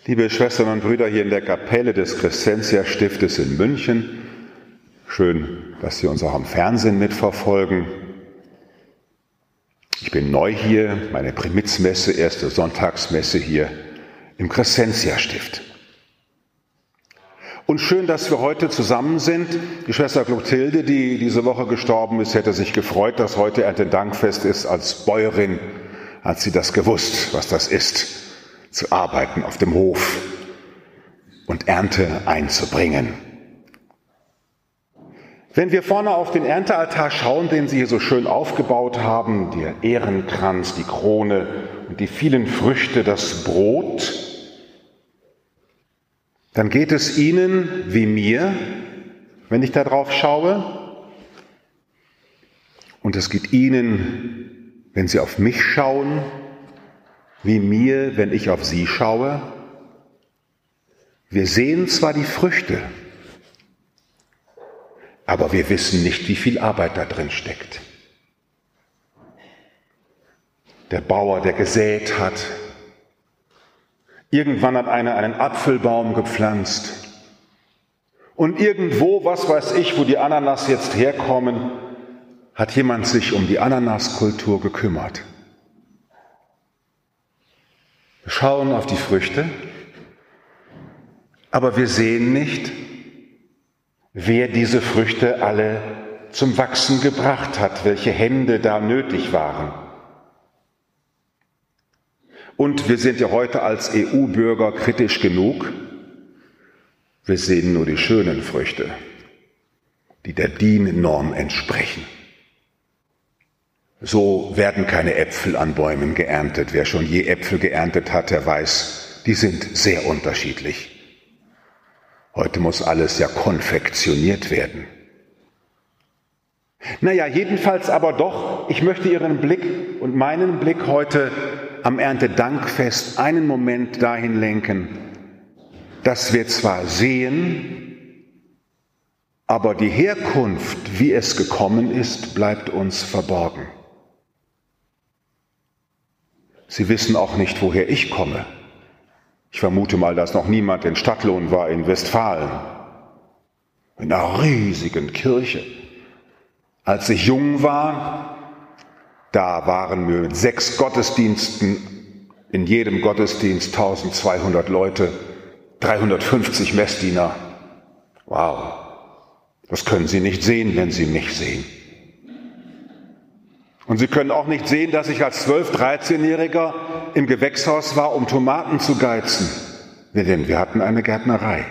Liebe Schwestern und Brüder hier in der Kapelle des Crescentia-Stiftes in München, schön, dass Sie uns auch am Fernsehen mitverfolgen. Ich bin neu hier, meine Primizmesse, erste Sonntagsmesse hier im Crescentia-Stift. Und schön, dass wir heute zusammen sind. Die Schwester Clotilde, die diese Woche gestorben ist, hätte sich gefreut, dass heute Erntedankfest ist. Als Bäuerin hat sie das gewusst, was das ist, zu arbeiten auf dem Hof und Ernte einzubringen. Wenn wir vorne auf den Erntealtar schauen, den Sie hier so schön aufgebaut haben, der Ehrenkranz, die Krone und die vielen Früchte, das Brot, dann geht es Ihnen wie mir, wenn ich da drauf schaue. Und es geht Ihnen, wenn Sie auf mich schauen, wie mir, wenn ich auf Sie schaue. Wir sehen zwar die Früchte, aber wir wissen nicht, wie viel Arbeit da drin steckt. Der Bauer, der gesät hat. Irgendwann hat einer einen Apfelbaum gepflanzt. Und irgendwo, was weiß ich, wo die Ananas jetzt herkommen, hat jemand sich um die Ananaskultur gekümmert. Wir schauen auf die Früchte, aber wir sehen nicht, wer diese Früchte alle zum Wachsen gebracht hat, welche Hände da nötig waren. Und wir sind ja heute als EU-Bürger kritisch genug. Wir sehen nur die schönen Früchte, die der DIN-Norm entsprechen. So werden keine Äpfel an Bäumen geerntet. Wer schon je Äpfel geerntet hat, der weiß, die sind sehr unterschiedlich. Heute muss alles ja konfektioniert werden. Naja, jedenfalls aber doch, ich möchte Ihren Blick und meinen Blick heute am Erntedankfest einen Moment dahin lenken, dass wir zwar sehen, aber die Herkunft, wie es gekommen ist, bleibt uns verborgen. Sie wissen auch nicht, woher ich komme. Ich vermute mal, dass noch niemand in Stadtlohn war in Westfalen. In einer riesigen Kirche. Als ich jung war, da waren wir mit 6 Gottesdiensten, in jedem Gottesdienst 1200 Leute, 350 Messdiener. Wow, das können Sie nicht sehen, wenn Sie mich sehen. Und Sie können auch nicht sehen, dass ich als 12-, 13-Jähriger im Gewächshaus war, um Tomaten zu geizen. Denn wir hatten eine Gärtnerei.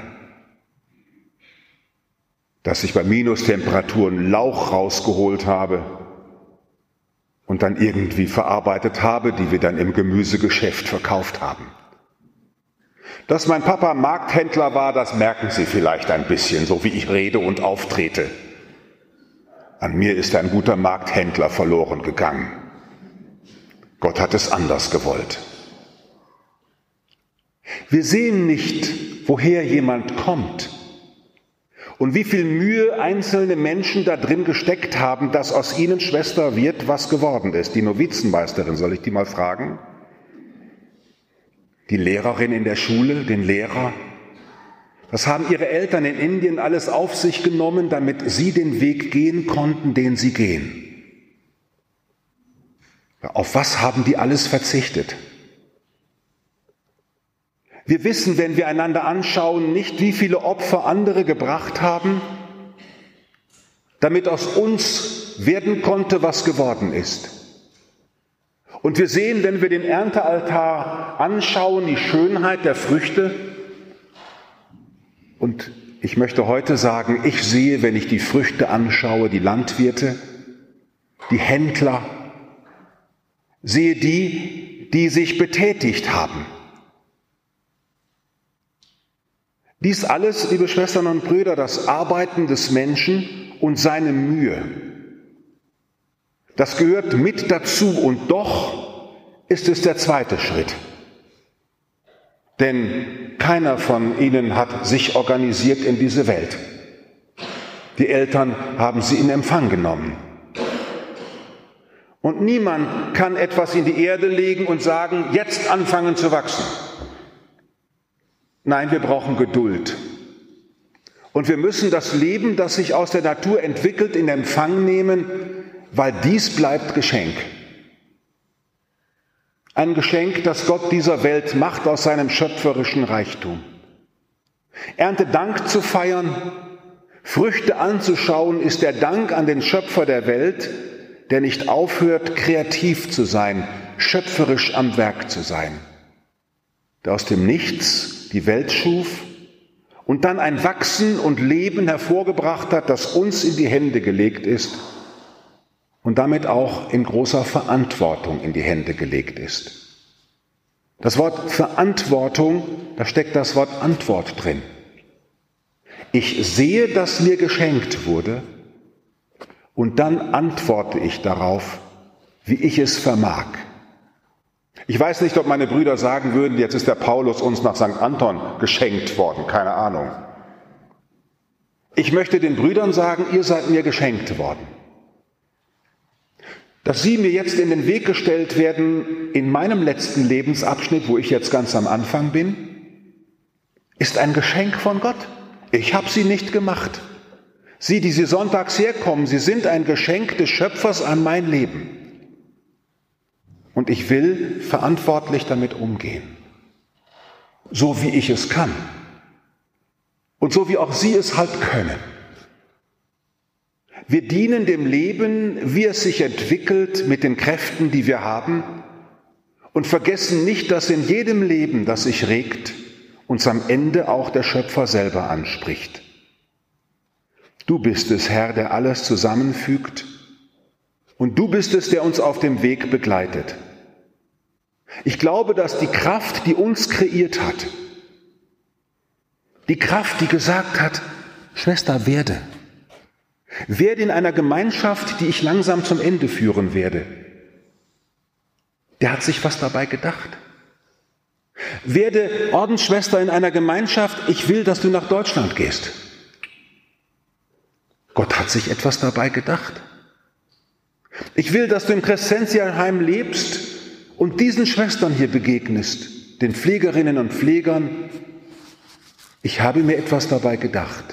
Dass ich bei Minustemperaturen Lauch rausgeholt habe und dann irgendwie verarbeitet habe, die wir dann im Gemüsegeschäft verkauft haben. Dass mein Papa Markthändler war, das merken Sie vielleicht ein bisschen, so wie ich rede und auftrete. An mir ist ein guter Markthändler verloren gegangen. Gott hat es anders gewollt. Wir sehen nicht, woher jemand kommt und wie viel Mühe einzelne Menschen da drin gesteckt haben, dass aus ihnen Schwester wird, was geworden ist. Die Novizenmeisterin, soll ich die mal fragen? Die Lehrerin in der Schule, den Lehrer? Was haben ihre Eltern in Indien alles auf sich genommen, damit sie den Weg gehen konnten, den sie gehen? Auf was haben die alles verzichtet? Wir wissen, wenn wir einander anschauen, nicht, wie viele Opfer andere gebracht haben, damit aus uns werden konnte, was geworden ist. Und wir sehen, wenn wir den Erntealtar anschauen, die Schönheit der Früchte. Und ich möchte heute sagen, ich sehe, wenn ich die Früchte anschaue, die Landwirte, die Händler, sehe die, die sich betätigt haben. Dies alles, liebe Schwestern und Brüder, das Arbeiten des Menschen und seine Mühe. Das gehört mit dazu und doch ist es der zweite Schritt. Denn keiner von ihnen hat sich organisiert in diese Welt. Die Eltern haben sie in Empfang genommen. Und niemand kann etwas in die Erde legen und sagen, jetzt anfangen zu wachsen. Nein, wir brauchen Geduld. Und wir müssen das Leben, das sich aus der Natur entwickelt, in Empfang nehmen, weil dies bleibt Geschenk. Ein Geschenk, das Gott dieser Welt macht aus seinem schöpferischen Reichtum. Erntedank zu feiern, Früchte anzuschauen, ist der Dank an den Schöpfer der Welt, der nicht aufhört, kreativ zu sein, schöpferisch am Werk zu sein, der aus dem Nichts die Welt schuf und dann ein Wachsen und Leben hervorgebracht hat, das uns in die Hände gelegt ist und damit auch in großer Verantwortung in die Hände gelegt ist. Das Wort Verantwortung, da steckt das Wort Antwort drin. Ich sehe, dass mir geschenkt wurde, und dann antworte ich darauf, wie ich es vermag. Ich weiß nicht, ob meine Brüder sagen würden, jetzt ist der Paulus uns nach St. Anton geschenkt worden, keine Ahnung. Ich möchte den Brüdern sagen, ihr seid mir geschenkt worden. Dass sie mir jetzt in den Weg gestellt werden in meinem letzten Lebensabschnitt, wo ich jetzt ganz am Anfang bin, ist ein Geschenk von Gott. Ich habe sie nicht gemacht. Sie, die Sie sonntags herkommen, sie sind ein Geschenk des Schöpfers an mein Leben. Und ich will verantwortlich damit umgehen. So wie ich es kann. Und so wie auch Sie es halt können. Wir dienen dem Leben, wie es sich entwickelt, mit den Kräften, die wir haben, und vergessen nicht, dass in jedem Leben, das sich regt, uns am Ende auch der Schöpfer selber anspricht. Du bist es, Herr, der alles zusammenfügt, und du bist es, der uns auf dem Weg begleitet. Ich glaube, dass die Kraft, die uns kreiert hat, die Kraft, die gesagt hat, Schwester, werde in einer Gemeinschaft, die ich langsam zum Ende führen werde, der hat sich was dabei gedacht. Werde Ordensschwester in einer Gemeinschaft, ich will, dass du nach Deutschland gehst. Gott hat sich etwas dabei gedacht. Ich will, dass du im Crescentialheim lebst und diesen Schwestern hier begegnest, den Pflegerinnen und Pflegern. Ich habe mir etwas dabei gedacht.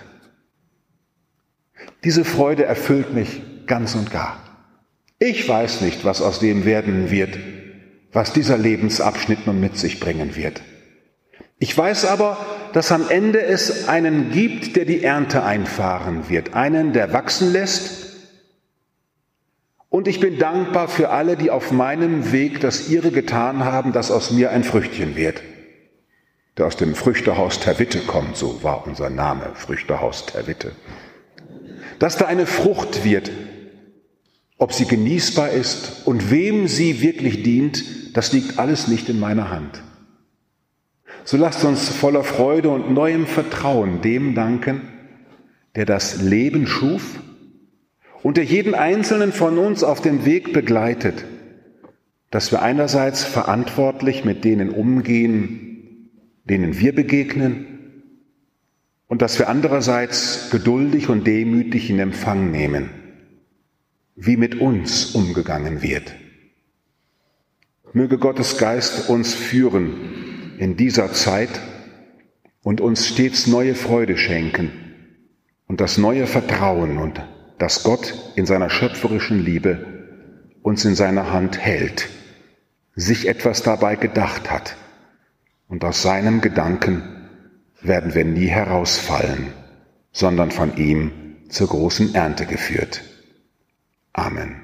Diese Freude erfüllt mich ganz und gar. Ich weiß nicht, was aus dem werden wird, was dieser Lebensabschnitt nun mit sich bringen wird. Ich weiß aber, dass am Ende es einen gibt, der die Ernte einfahren wird, einen, der wachsen lässt. Und ich bin dankbar für alle, die auf meinem Weg das ihre getan haben, dass aus mir ein Früchtchen wird, der aus dem Früchtehaus Terwitte kommt, so war unser Name, Früchtehaus Terwitte. Dass da eine Frucht wird, ob sie genießbar ist und wem sie wirklich dient, das liegt alles nicht in meiner Hand. So lasst uns voller Freude und neuem Vertrauen dem danken, der das Leben schuf und der jeden Einzelnen von uns auf dem Weg begleitet, dass wir einerseits verantwortlich mit denen umgehen, denen wir begegnen, und dass wir andererseits geduldig und demütig in Empfang nehmen, wie mit uns umgegangen wird. Möge Gottes Geist uns führen in dieser Zeit und uns stets neue Freude schenken und das neue Vertrauen und dass Gott in seiner schöpferischen Liebe uns in seiner Hand hält, sich etwas dabei gedacht hat und aus seinem Gedanken werden wir nie herausfallen, sondern von ihm zur großen Ernte geführt. Amen.